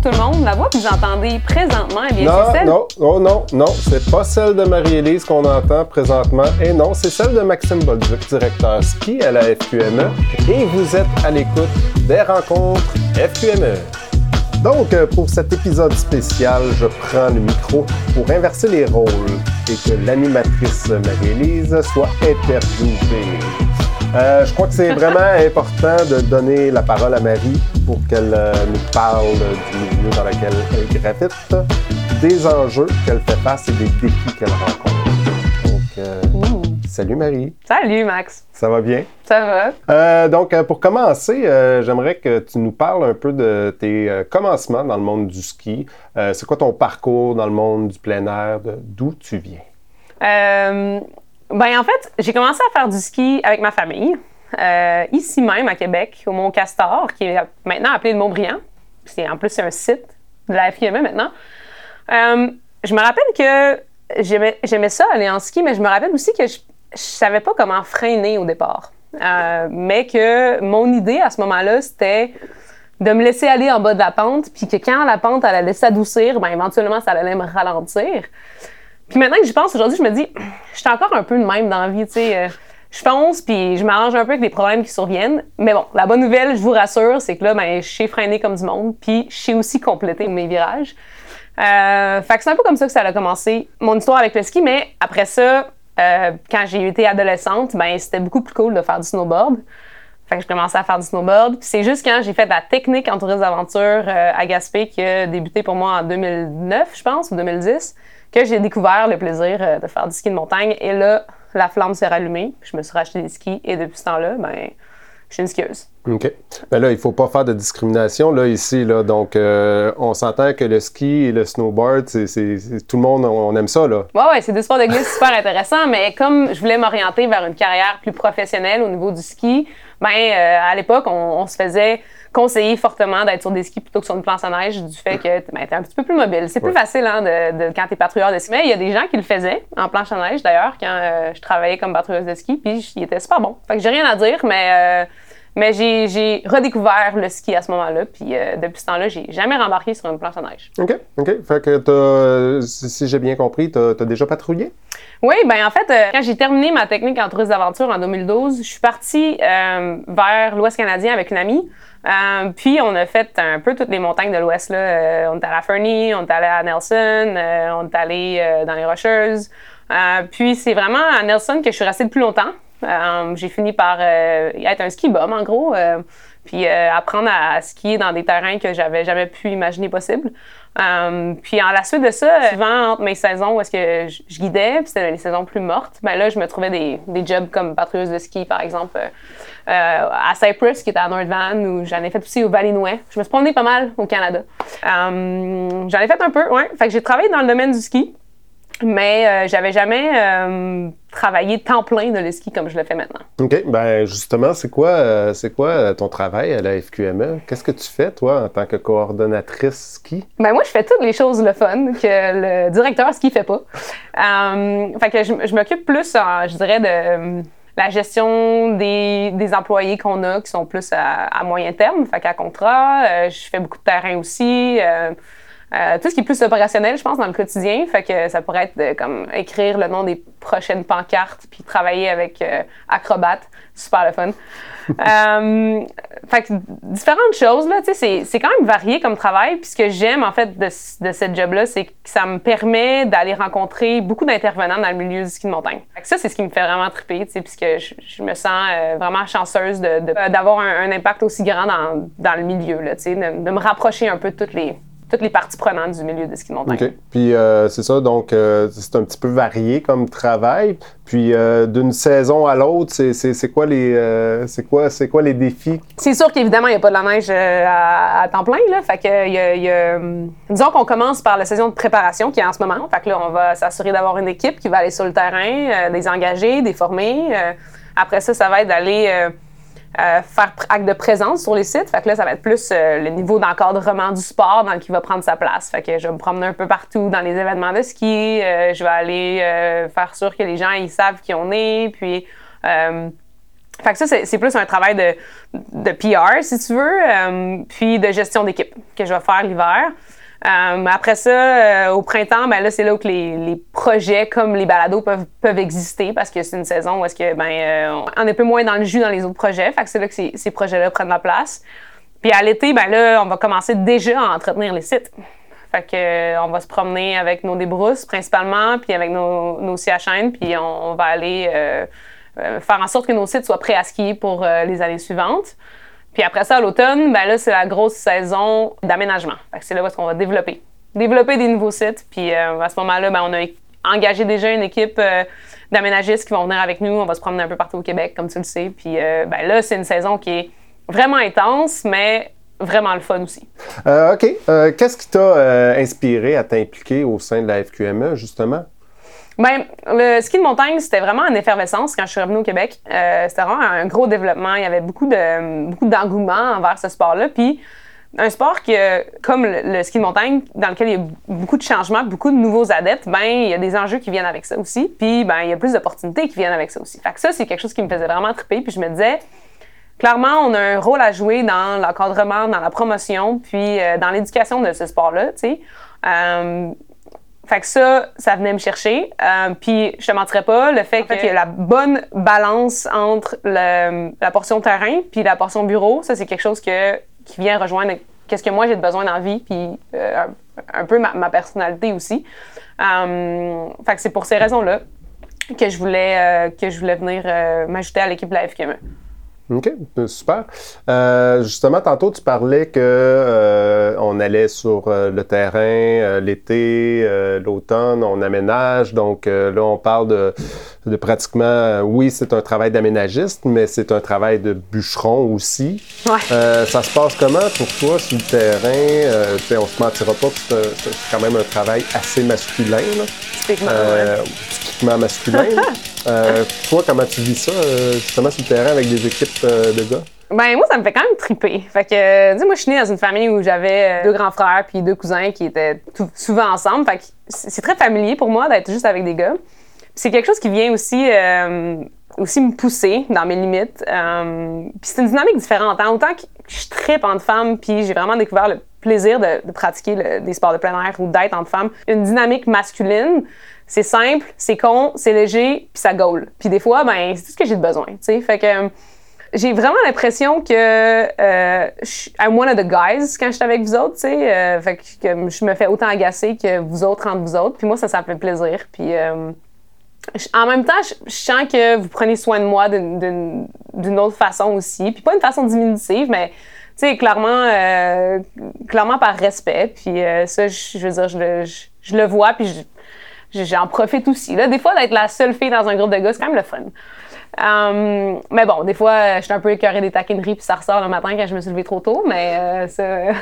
tout le monde. La voix que vous entendez présentement, eh bien, c'est celle... Non, c'est pas celle de Marie-Élise qu'on entend présentement. Et non, c'est celle de Maxime Bolduc, directeur ski à la FQME. Et vous êtes à l'écoute des rencontres FQME. Donc, pour cet épisode spécial, je prends le micro pour inverser les rôles et que l'animatrice Marie-Élise soit interviewée. Je crois que c'est vraiment important de donner la parole à Marie pour qu'elle nous parle du milieu dans lequel elle gravite, des enjeux qu'elle fait face et des défis qu'elle rencontre. Donc, salut Marie. Salut Max. Ça va bien? Ça va. Donc, pour commencer, j'aimerais que tu nous parles un peu de tes commencements dans le monde du ski. C'est quoi ton parcours dans le monde du plein air? D'où tu viens? En fait, j'ai commencé à faire du ski avec ma famille, ici même à Québec, au Mont Castor, qui est maintenant appelé le Mont-Brillant. En plus, c'est un site de la FQME maintenant. Je me rappelle que j'aimais ça, aller en ski, mais je me rappelle aussi que je savais pas comment freiner au départ. Mais que mon idée à ce moment-là, c'était de me laisser aller en bas de la pente, puis que quand la pente elle allait s'adoucir, éventuellement, ça allait me ralentir. Puis maintenant que j'y pense aujourd'hui, je me dis, je suis encore un peu de même dans la vie, tu sais. Je fonce, puis je m'arrange un peu avec les problèmes qui surviennent. Mais bon, la bonne nouvelle, je vous rassure, c'est que là, je sais freiner comme du monde, puis je sais aussi compléter mes virages. Fait que c'est un peu comme ça que ça a commencé, mon histoire avec le ski. Mais après ça, quand j'ai été adolescente, c'était beaucoup plus cool de faire du snowboard. Fait que je commençais à faire du snowboard. Puis c'est juste quand j'ai fait de la technique en tourisme d'aventure à Gaspé, qui a débuté pour moi en 2009, je pense, ou 2010, que j'ai découvert le plaisir de faire du ski de montagne. Et là, la flamme s'est rallumée. Puis je me suis racheté des skis. Et depuis ce temps-là, je suis une skieuse. OK. Ben là, il ne faut pas faire de discrimination là, ici. Là. Donc, on s'entend que le ski et le snowboard, c'est tout le monde, on aime ça. Là. Ouais, c'est des sports de glisse super intéressants. Mais comme je voulais m'orienter vers une carrière plus professionnelle au niveau du ski, à l'époque, on se faisait conseiller fortement d'être sur des skis plutôt que sur une planche à neige du fait que t'es un petit peu plus mobile. C'est plus facile quand t'es patrouilleur de ski. Mais il y a des gens qui le faisaient en planche à neige d'ailleurs quand je travaillais comme patrouilleuse de ski, puis il était super bon. Fait que j'ai rien à dire, mais j'ai redécouvert le ski à ce moment-là, puis depuis ce temps-là, j'ai jamais rembarqué sur une planche à neige. OK. Fait que si j'ai bien compris, t'as déjà patrouillé? Oui, en fait, quand j'ai terminé ma technique en tourisme d'aventure en 2012, je suis partie vers l'Ouest canadien avec une amie. Puis on a fait un peu toutes les montagnes de l'Ouest. Là. On est allé à Fernie, on est allé à Nelson, on est allé dans les Rocheuses. Puis c'est vraiment à Nelson que je suis restée le plus longtemps. J'ai fini par être un ski bum, en gros. Puis apprendre à skier dans des terrains que j'avais jamais pu imaginer possible. Puis à la suite de ça, souvent entre mes saisons où est-ce que je guidais, puis c'était les saisons plus mortes, là je me trouvais des jobs comme patrouilleuse de ski, par exemple, à Cypress, qui était à North Van, ou j'en ai fait aussi au Valais-Nouais. Je me suis promenée pas mal au Canada. J'en ai fait un peu, ouais. Fait que j'ai travaillé dans le domaine du ski, mais j'avais jamais travaillé temps plein de le ski comme je le fais maintenant. OK. Justement, c'est quoi ton travail à la FQME? Qu'est-ce que tu fais, toi, en tant que coordonnatrice ski? Moi, je fais toutes les choses le fun que le directeur ski fait pas. Fait que je m'occupe plus, je dirais, de la gestion des employés qu'on a qui sont plus à moyen terme, fait qu'à contrat. Je fais beaucoup de terrain aussi. Tout ce qui est plus opérationnel, je pense, dans le quotidien. Fait que ça pourrait être comme écrire le nom des prochaines pancartes puis travailler avec Acrobat. Super le fun. Fait que différentes choses, là, tu sais, c'est quand même varié comme travail. Puis ce que j'aime, en fait, de cette job-là, c'est que ça me permet d'aller rencontrer beaucoup d'intervenants dans le milieu du ski de montagne. Fait que ça, c'est ce qui me fait vraiment triper, tu sais, puisque je me sens vraiment chanceuse d'avoir un impact aussi grand dans le milieu, là, tu sais, de me rapprocher un peu de toutes les parties prenantes du milieu de ski de montagne. OK. Puis c'est ça, donc c'est un petit peu varié comme travail. Puis d'une saison à l'autre, c'est quoi les défis? C'est sûr qu'évidemment, il n'y a pas de la neige à temps plein, là. Fait que disons qu'on commence par la saison de préparation qui est en ce moment. Fait que là, on va s'assurer d'avoir une équipe qui va aller sur le terrain, des engagés, des formés. Après ça, ça va être d'aller faire acte de présence sur les sites. Fait que là, ça va être plus le niveau d'encadrement du sport dans lequel va prendre sa place. Fait que je vais me promener un peu partout dans les événements de ski. Je vais aller faire sûr que les gens ils savent qui on est. Puis Fait que ça, c'est plus un travail de PR, si tu veux, puis de gestion d'équipe que je vais faire l'hiver. Après ça, au printemps, ben là, c'est là où que les projets comme les balados peuvent exister parce que c'est une saison où est-ce que on est un peu moins dans le jus dans les autres projets. Fait que c'est là que ces projets-là prennent la place. Puis à l'été, ben là, on va commencer déjà à entretenir les sites. Fait que on va se promener avec nos débrousses principalement, puis avec nos scies à chaîne, puis on va aller faire en sorte que nos sites soient prêts à skier pour les années suivantes. Puis après ça, à l'automne, ben là, c'est la grosse saison d'aménagement. Fait que c'est là où est-ce qu'on va développer des nouveaux sites. Puis à ce moment-là, ben on a engagé déjà une équipe d'aménagistes qui vont venir avec nous. On va se promener un peu partout au Québec, comme tu le sais. Puis ben là, c'est une saison qui est vraiment intense, mais vraiment le fun aussi. OK. Qu'est-ce qui t'a inspiré à t'impliquer au sein de la FQME, justement? Bien, le ski de montagne, c'était vraiment en effervescence quand je suis revenue au Québec. C'était vraiment un gros développement. Il y avait beaucoup d'engouement envers ce sport-là. Puis, un sport comme le ski de montagne, dans lequel il y a beaucoup de changements, beaucoup de nouveaux adeptes, ben il y a des enjeux qui viennent avec ça aussi. Puis, ben il y a plus d'opportunités qui viennent avec ça aussi. Fait que ça, c'est quelque chose qui me faisait vraiment triper. Puis, je me disais, clairement, on a un rôle à jouer dans l'encadrement, dans la promotion, puis dans l'éducation de ce sport-là, tu sais. Fait que ça venait me chercher. Puis je te mentirais pas, le fait qu'il y a la bonne balance entre la portion terrain puis la portion bureau, ça c'est quelque chose qui vient rejoindre qu'est-ce que moi j'ai de besoin dans la vie, puis un peu ma personnalité aussi. Fait que c'est pour ces raisons-là que je voulais venir m'ajouter à l'équipe de la FQME. OK, super. Justement, tantôt, tu parlais que on allait sur le terrain l'été, l'automne, on aménage. Donc là, on parle de pratiquement, oui, c'est un travail d'aménagiste, mais c'est un travail de bûcheron aussi. Ouais. Ça se passe comment pour toi sur le terrain? On se mentira pas que c'est quand même un travail assez masculin. Là. Typiquement masculin. Toi, comment tu vis ça, justement, sur le terrain avec des équipes de gars? Ben moi, ça me fait quand même triper. Fait que, tu sais, moi, je suis née dans une famille où j'avais 2 grands frères puis 2 cousins qui étaient souvent ensemble. Fait que c'est très familier pour moi d'être juste avec des gars. Puis c'est quelque chose qui vient aussi me pousser dans mes limites. Puis c'est une dynamique différente. Hein? Autant que je tripe entre femmes, puis j'ai vraiment découvert le plaisir de pratiquer des sports de plein air ou d'être entre femmes. Une dynamique masculine, c'est simple, c'est con, c'est léger, puis ça gaule. Puis des fois, ben c'est tout ce que j'ai de besoin, tu sais. Fait que j'ai vraiment l'impression que I'm one of the guys quand je suis avec vous autres, tu sais. Fait que je me fais autant agacer que vous autres entre vous autres. Puis moi, ça me fait plaisir. Puis en même temps, je sens que vous prenez soin de moi d'une autre façon aussi. Puis pas une façon diminutive, mais tu sais, clairement par respect. Puis ça, je veux dire, je le vois, puis j'en profite aussi. Là, des fois, d'être la seule fille dans un groupe de gars, c'est quand même le fun. Mais bon, des fois, je suis un peu écœurée des taquineries, puis ça ressort le matin quand je me suis levée trop tôt, mais ça...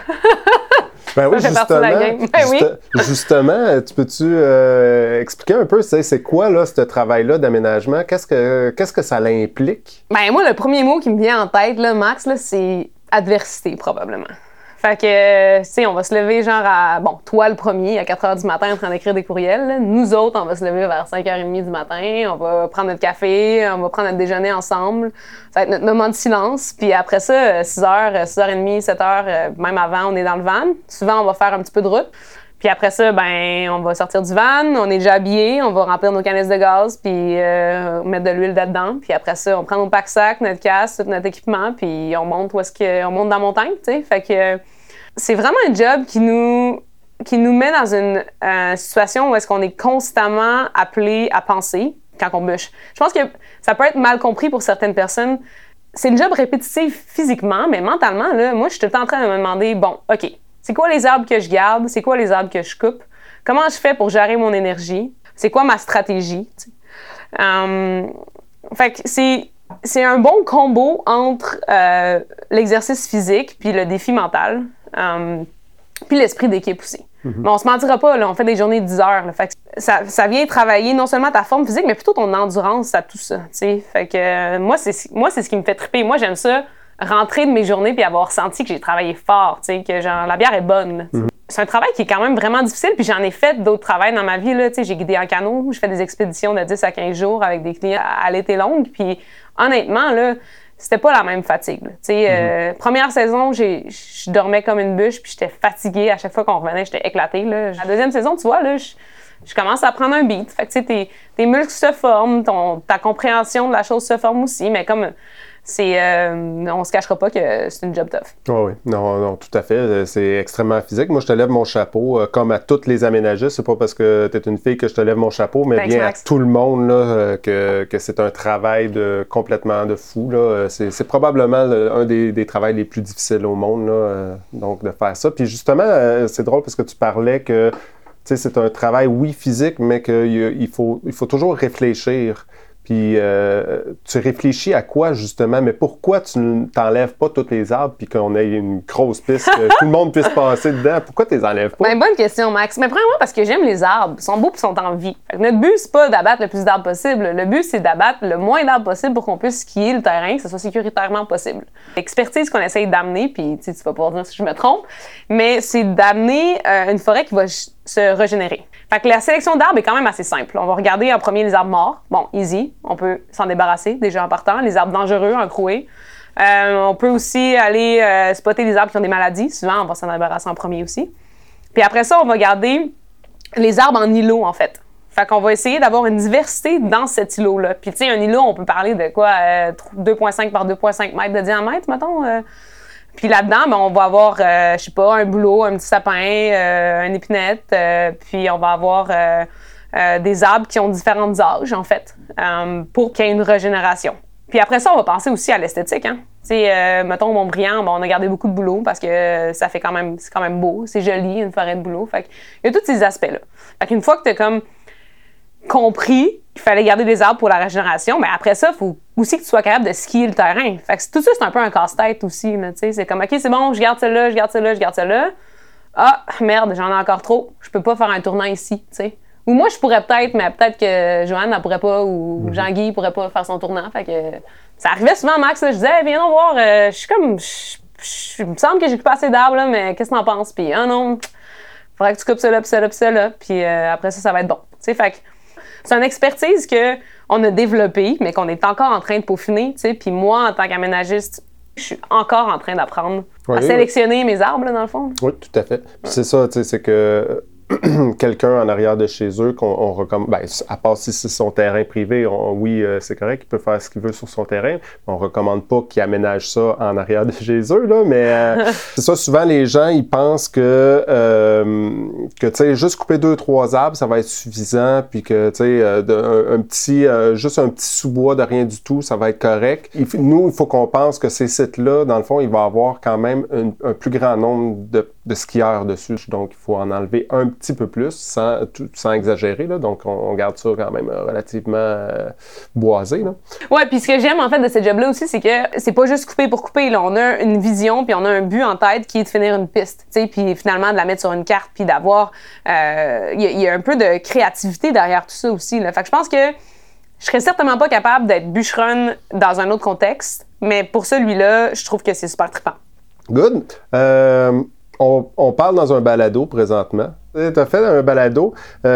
Ben oui, ça fait partie de la game. Justement, tu peux-tu expliquer un peu, c'est quoi là, ce travail-là d'aménagement? Qu'est-ce que ça l'implique? Ben moi, le premier mot qui me vient en tête, là, Max, là, c'est adversité, probablement. Fait que, tu sais, on va se lever genre toi le premier, à 4h du matin en train d'écrire des courriels. Là. Nous autres, on va se lever vers 5h30 du matin. On va prendre notre café, on va prendre notre déjeuner ensemble. Ça va être notre moment de silence. Puis après ça, 6h, 6h30, 7h, même avant, on est dans le van. Souvent, on va faire un petit peu de route. Puis après ça, ben, on va sortir du van, on est déjà habillés, on va remplir nos canisses de gaz, puis mettre de l'huile là-dedans. Puis après ça, on prend nos pack-sacs, notre casque, tout notre équipement, puis on monte on monte dans la montagne, tu sais. Fait que c'est vraiment un job qui nous met dans une situation où est-ce qu'on est constamment appelé à penser quand on bûche. Je pense que ça peut être mal compris pour certaines personnes. C'est une job répétitive physiquement, mais mentalement, là, moi, je suis tout le temps en train de me demander, bon, OK, c'est quoi les arbres que je garde? C'est quoi les arbres que je coupe? Comment je fais pour gérer mon énergie? C'est quoi ma stratégie? Fait que c'est un bon combo entre l'exercice physique puis le défi mental, puis l'esprit d'équipe aussi. Mm-hmm. Mais on se mentira pas, là, on fait des journées de 10 heures. Là, fait que ça vient travailler non seulement ta forme physique, mais plutôt ton endurance à tout ça. T'sais. Fait que moi, c'est ce qui me fait triper. Moi, j'aime ça, rentrer de mes journées puis avoir senti que j'ai travaillé fort, que genre, la bière est bonne. Mm-hmm. c'est un travail qui est quand même vraiment difficile, puis j'en ai fait d'autres travails dans ma vie, là. Tu sais, j'ai guidé en canot, je fais des expéditions de 10 à 15 jours avec des clients à l'été longue, puis honnêtement, là, c'était pas la même fatigue. Tu sais, première saison, je dormais comme une bûche, puis j'étais fatiguée. À chaque fois qu'on revenait, j'étais éclatée, là. La deuxième saison, tu vois, là, je commence à prendre un beat. Fait que, tu sais, tes muscles se forment, ta compréhension de la chose se forme aussi, mais comme on se cachera pas que c'est une job tough. Oh oui, non, tout à fait. C'est extrêmement physique. Moi, je te lève mon chapeau, comme à toutes les aménagistes. C'est pas parce que tu es une fille que je te lève mon chapeau, mais Thanks, bien Max. à tout le monde là, que c'est un travail complètement de fou. Là. C'est probablement un des travails les plus difficiles au monde, là, donc de faire ça. Puis justement, c'est drôle parce que tu parlais que c'est un travail, oui, physique, mais qu'il faut toujours réfléchir. Puis tu réfléchis à quoi, justement? Mais pourquoi tu n'enlèves pas tous les arbres puis qu'on ait une grosse piste, que tout le monde puisse passer dedans? Pourquoi tu les enlèves pas? Ben, bonne question, Max. Mais premièrement, parce que j'aime les arbres. Ils sont beaux et sont en vie. Fait que notre but, c'est pas d'abattre le plus d'arbres possible. Le but, c'est d'abattre le moins d'arbres possible pour qu'on puisse skier le terrain, que ce soit sécuritairement possible. L'expertise qu'on essaye d'amener, puis tu vas pouvoir dire si je me trompe, mais c'est d'amener une forêt qui va se régénérer. Fait que la sélection d'arbres est quand même assez simple. On va regarder en premier les arbres morts. Bon, easy. On peut s'en débarrasser déjà en partant. Les arbres dangereux, encroués. On peut aussi aller spotter les arbres qui ont des maladies. Souvent, on va s'en débarrasser en premier aussi. Puis après ça, on va garder les arbres en îlot, en fait. Fait qu'on va essayer d'avoir une diversité dans cet îlot-là. Puis tu sais, un îlot, on peut parler de quoi? 2,5 par 2,5 mètres de diamètre, mettons. Puis là-dedans, ben, on va avoir, je sais pas, un bouleau, un petit sapin, une épinette, puis on va avoir des arbres qui ont différents âges, en fait, pour qu'il y ait une régénération. Puis après ça, on va penser aussi à l'esthétique, hein. Tu sais, mettons, Montbriand, on a gardé beaucoup de bouleaux parce que ça fait c'est quand même beau, c'est joli, une forêt de bouleaux. Fait qu'il y a tous ces aspects-là. Fait qu'une fois que tu as comme compris qu'il fallait garder des arbres pour la régénération, mais après ça, il faut aussi que tu sois capable de skier le terrain. Fait que tout ça, c'est un peu un casse-tête aussi. Là, c'est comme, OK, c'est bon, je garde celle-là, je garde celle-là, je garde celle-là. Ah, merde, j'en ai encore trop. Je peux pas faire un tournant ici, tu sais. Ou moi, je pourrais peut-être, mais peut-être que Joanne, elle pourrait pas, ou Jean-Guy pourrait pas faire son tournant. Fait que ça arrivait souvent, Max, là, je disais, hey, viens donc voir, je suis comme, il me semble que j'ai pas assez d'arbres, là, mais qu'est-ce que t'en penses? Puis, ah non, faudrait que tu coupes ça là, puis ça là, puis ça là. Puis après ça va être bon. Tu sais, fait que c'est une expertise qu'on a développée, mais qu'on est encore en train de peaufiner, tu sais. Puis moi, en tant qu'aménagiste, je suis encore en train d'apprendre à sélectionner mes arbres, là, dans le fond. Oui, tout à fait. Puis c'est ça, tu sais, c'est que quelqu'un en arrière de chez eux qu'on recommande, ben, à part si c'est son terrain privé, oui, c'est correct, il peut faire ce qu'il veut sur son terrain. On recommande pas qu'il aménage ça en arrière de chez eux, là, mais c'est ça, souvent les gens, ils pensent que tu sais, juste couper 2-3 arbres, ça va être suffisant, puis que, tu sais, juste un petit sous-bois de rien du tout, ça va être correct. Nous, il faut qu'on pense que ces sites-là, dans le fond, il va y avoir quand même un plus grand nombre de skieurs dessus, donc il faut en enlever un petit peu plus, sans exagérer, là. Donc on garde ça quand même relativement boisé, là. Ouais, puis ce que j'aime en fait de ce job-là aussi, c'est que c'est pas juste couper pour couper, là. On a une vision, puis on a un but en tête qui est de finir une piste, tu sais, puis finalement de la mettre sur une carte, puis d'avoir... Il y a un peu de créativité derrière tout ça aussi, là. Fait que je pense que je serais certainement pas capable d'être bûcheronne dans un autre contexte, mais pour celui-là, je trouve que c'est super trippant. Good. On parle dans un balado présentement. Tu as fait un balado.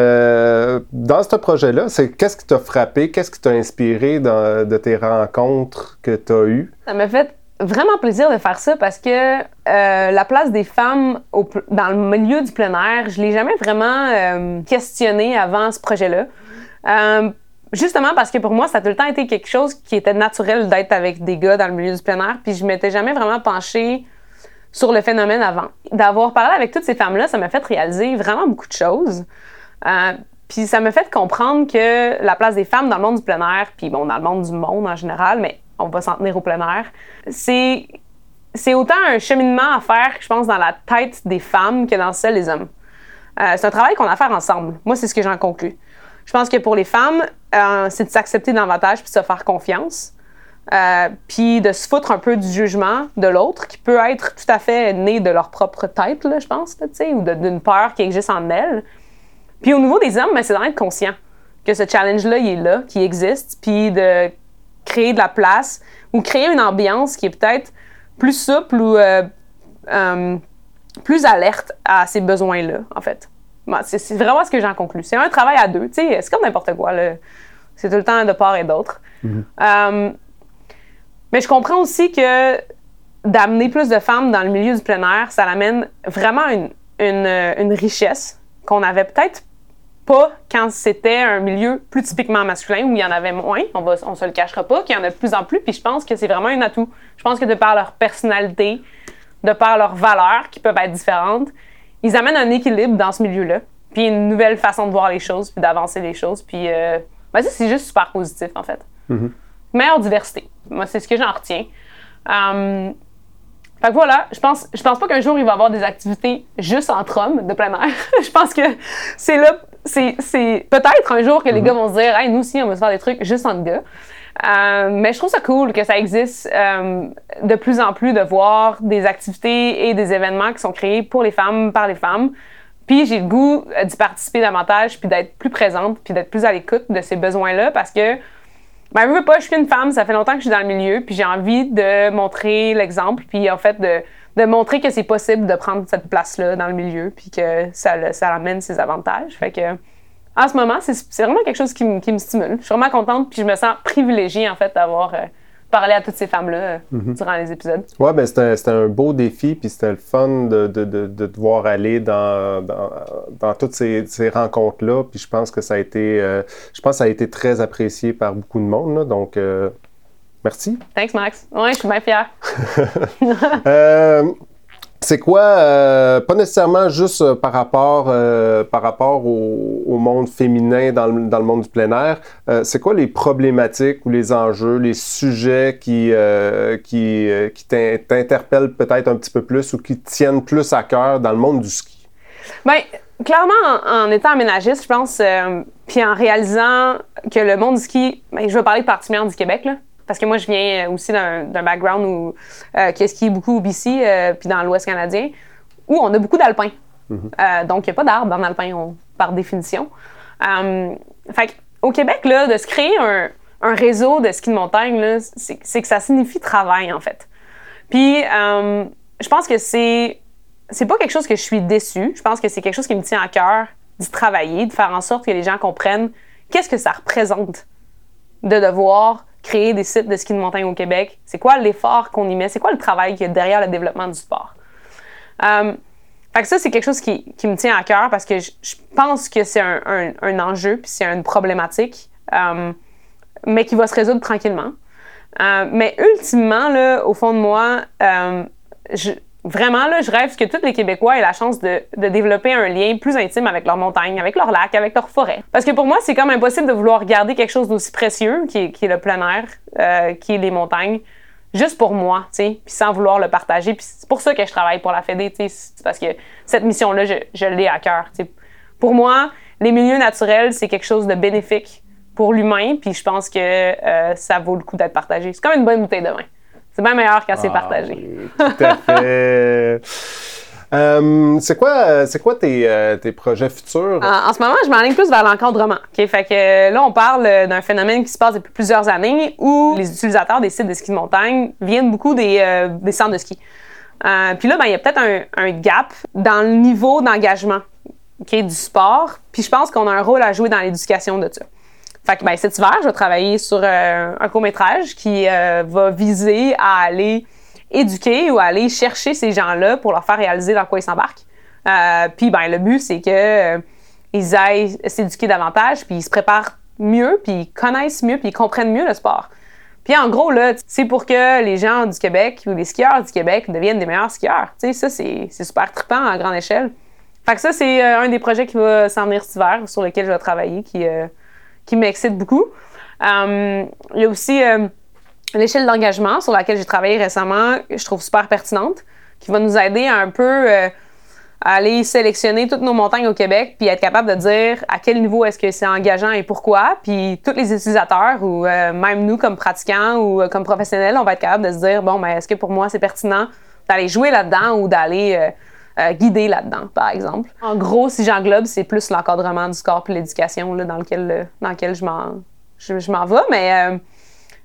Dans ce projet-là, qu'est-ce qui t'a frappé? Qu'est-ce qui t'a inspiré de tes rencontres que tu as eues? Ça m'a fait vraiment plaisir de faire ça parce que la place des femmes dans le milieu du plein air, je ne l'ai jamais vraiment questionnée avant ce projet-là. Justement parce que pour moi, ça a tout le temps été quelque chose qui était naturel d'être avec des gars dans le milieu du plein air, puis je m'étais jamais vraiment penchée sur le phénomène avant. D'avoir parlé avec toutes ces femmes-là, ça m'a fait réaliser vraiment beaucoup de choses. Puis ça m'a fait comprendre que la place des femmes dans le monde du plein air, puis bon, dans le monde du monde en général, mais on va s'en tenir au plein air, c'est autant un cheminement à faire, je pense, dans la tête des femmes que dans celle des hommes. C'est un travail qu'on a à faire ensemble. Moi, c'est ce que j'en conclus. Je pense que pour les femmes, c'est de s'accepter davantage puis de se faire confiance. Puis de se foutre un peu du jugement de l'autre, qui peut être tout à fait né de leur propre tête, là, je pense, là, ou d'une peur qui existe en elles. Puis au niveau des hommes, ben, c'est d'en être conscient que ce challenge-là, il est là, qu'il existe, puis de créer de la place ou créer une ambiance qui est peut-être plus souple ou plus alerte à ces besoins-là, en fait. Bon, c'est vraiment ce que j'en conclus. C'est un travail à deux, tu sais, c'est comme n'importe quoi, là. C'est tout le temps de part et d'autre. Mais je comprends aussi que d'amener plus de femmes dans le milieu du plein air, ça amène vraiment une richesse qu'on n'avait peut-être pas quand c'était un milieu plus typiquement masculin où il y en avait moins, on se le cachera pas, qu'il y en a de plus en plus, puis je pense que c'est vraiment un atout. Je pense que de par leur personnalité, de par leurs valeurs qui peuvent être différentes, ils amènent un équilibre dans ce milieu-là, puis une nouvelle façon de voir les choses, puis d'avancer les choses, puis ça, c'est juste super positif, en fait. Meilleure diversité. Moi, c'est ce que j'en retiens. Fait que voilà, je pense pas qu'un jour, il va y avoir des activités juste entre hommes de plein air. Je pense que c'est peut-être un jour que les gars vont se dire « Hey, nous aussi, on va se faire des trucs juste entre gars. » Mais je trouve ça cool que ça existe de plus en plus de voir des activités et des événements qui sont créés pour les femmes, par les femmes. Puis j'ai le goût d'y participer davantage, puis d'être plus présente, puis d'être plus à l'écoute de ces besoins-là parce que je veux pas, je suis une femme, ça fait longtemps que je suis dans le milieu, puis j'ai envie de montrer l'exemple, puis en fait de montrer que c'est possible de prendre cette place-là dans le milieu, puis que ça amène ses avantages. Fait que en ce moment, c'est vraiment quelque chose qui me stimule. Je suis vraiment contente, puis je me sens privilégiée en fait d'avoir parlé à toutes ces femmes-là durant les épisodes. Ouais, ben c'était un beau défi, puis c'était le fun de te voir aller dans toutes ces rencontres-là, puis je pense que ça a été très apprécié par beaucoup de monde, là, donc merci. Thanks, Max. Ouais, je suis bien fière. C'est quoi, pas nécessairement juste par rapport au monde féminin dans le monde du plein air, c'est quoi les problématiques ou les enjeux, les sujets qui t'interpellent peut-être un petit peu plus ou qui te tiennent plus à cœur dans le monde du ski? Bien, clairement, en étant aménagiste, je pense, puis en réalisant que le monde du ski, je vais parler particulièrement du Québec, là. Parce que moi, je viens aussi d'un background qui a skié beaucoup au BC, puis dans l'Ouest canadien, où on a beaucoup d'alpins. Donc, il n'y a pas d'arbres en alpin, par définition. Fait qu'au Québec, là, de se créer un réseau de ski de montagne, là, c'est que ça signifie travail, en fait. Puis, je pense que c'est pas quelque chose que je suis déçue. Je pense que c'est quelque chose qui me tient à cœur d'y travailler, de faire en sorte que les gens comprennent qu'est-ce que ça représente de devoir créer des sites de ski de montagne au Québec. C'est quoi l'effort qu'on y met? C'est quoi le travail qu'il y a derrière le développement du sport? Fait que ça, c'est quelque chose qui me tient à cœur parce que je pense que c'est un enjeu puis c'est une problématique, mais qui va se résoudre tranquillement. Mais ultimement, là, au fond de moi, vraiment, là, je rêve que tous les Québécois aient la chance de développer un lien plus intime avec leurs montagnes, avec leurs lacs, avec leurs forêts. Parce que pour moi, c'est comme impossible de vouloir garder quelque chose d'aussi précieux, qui est le plein air, qui est les montagnes, juste pour moi, tu sais, puis sans vouloir le partager. Puis c'est pour ça que je travaille pour la Fédé, tu sais, c'est parce que cette mission-là, je l'ai à cœur, tu sais. Pour moi, les milieux naturels, c'est quelque chose de bénéfique pour l'humain, puis je pense que ça vaut le coup d'être partagé. C'est comme une bonne bouteille de vin. C'est bien meilleur quand c'est partagé. Oui, tout à fait. C'est quoi tes projets futurs? En ce moment, je m'enligne plus vers l'encadrement. Okay? Fait que là, on parle d'un phénomène qui se passe depuis plusieurs années où les utilisateurs des sites de ski de montagne viennent beaucoup des centres de ski. Puis là, il y a peut-être un gap dans le niveau d'engagement du sport. Puis je pense qu'on a un rôle à jouer dans l'éducation de ça. Fait que cet hiver, je vais travailler sur un court-métrage qui va viser à aller éduquer ou à aller chercher ces gens-là pour leur faire réaliser dans quoi ils s'embarquent. Puis le but, c'est qu'ils aillent s'éduquer davantage, puis ils se préparent mieux, puis ils connaissent mieux, puis ils comprennent mieux le sport. Puis en gros, là, c'est pour que les gens du Québec ou les skieurs du Québec deviennent des meilleurs skieurs. Tu sais, ça, c'est super trippant à grande échelle. Fait que ça, c'est un des projets qui va s'en venir cet hiver, sur lequel je vais travailler, qui m'excite beaucoup. Il y a aussi l'échelle d'engagement sur laquelle j'ai travaillé récemment, que je trouve super pertinente, qui va nous aider à un peu à aller sélectionner toutes nos montagnes au Québec puis être capable de dire à quel niveau est-ce que c'est engageant et pourquoi. Puis tous les utilisateurs ou même nous comme pratiquants ou comme professionnels, on va être capable de se dire, est-ce que pour moi c'est pertinent d'aller jouer là-dedans ou d'aller guider là-dedans, par exemple. En gros, si j'englobe, c'est plus l'encadrement du sport puis l'éducation là, dans lequel je m'en vais.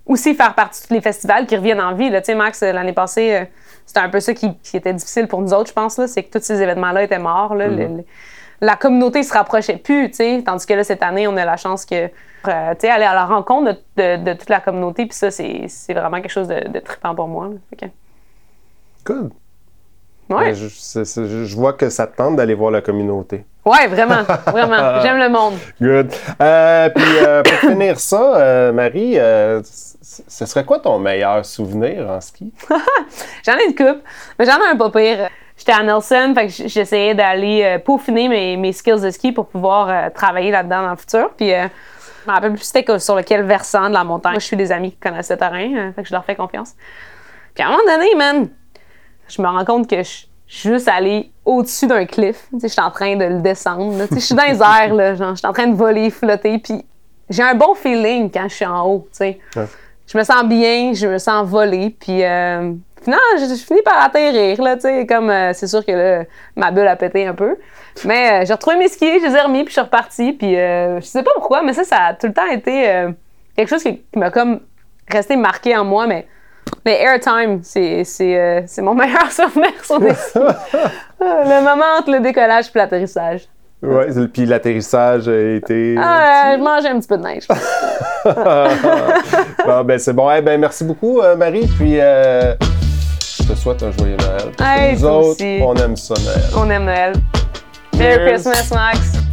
aussi faire partie de tous les festivals qui reviennent en vie. Tu sais, Max, l'année passée, c'était un peu ça qui était difficile pour nous autres, je pense, là, c'est que tous ces événements-là étaient morts. Là, la communauté se rapprochait plus, tu sais, tandis que là, cette année, on a la chance que, tu sais, aller à la rencontre de toute la communauté, puis ça, c'est vraiment quelque chose de trippant pour moi. Okay. Good. Ouais. Je vois que ça te tente d'aller voir la communauté. Ouais, vraiment, vraiment. J'aime le monde. Good. Puis, pour finir ça, Marie, ce serait quoi ton meilleur souvenir en ski? J'en ai une couple, mais j'en ai un pas pire. J'étais à Nelson, fait que j'essayais d'aller peaufiner mes skills de ski pour pouvoir travailler là-dedans dans le futur. Puis, je me rappelle plus c'était sur lequel versant de la montagne. Moi, je suis des amis qui connaissent le terrain, fait que je leur fais confiance. Puis, à un moment donné, man, je me rends compte que je suis juste allée au-dessus d'un cliff. Je suis en train de le descendre. Je suis dans les airs, là, genre, je suis en train de voler, flotter. Puis, j'ai un bon feeling quand je suis en haut. Ouais. Je me sens bien, je me sens voler. Puis, finalement, je finis par atterrir, là, tu sais, comme c'est sûr que là, ma bulle a pété un peu. Mais j'ai retrouvé mes skis, je les ai remis, puis je suis repartie. Puis je sais pas pourquoi, mais ça a tout le temps été quelque chose qui m'a comme resté marqué en moi. Mais airtime, c'est mon meilleur souvenir sur des skis. Le moment entre le décollage et l'atterrissage. Oui, puis l'atterrissage a été... je mangeais un petit peu de neige. Bon, ben c'est bon. Merci beaucoup, Marie. Puis... je te souhaite un joyeux Noël. Hey, nous autres, aussi. on aime ça, Noël. On aime Noël. Merry Christmas, Max.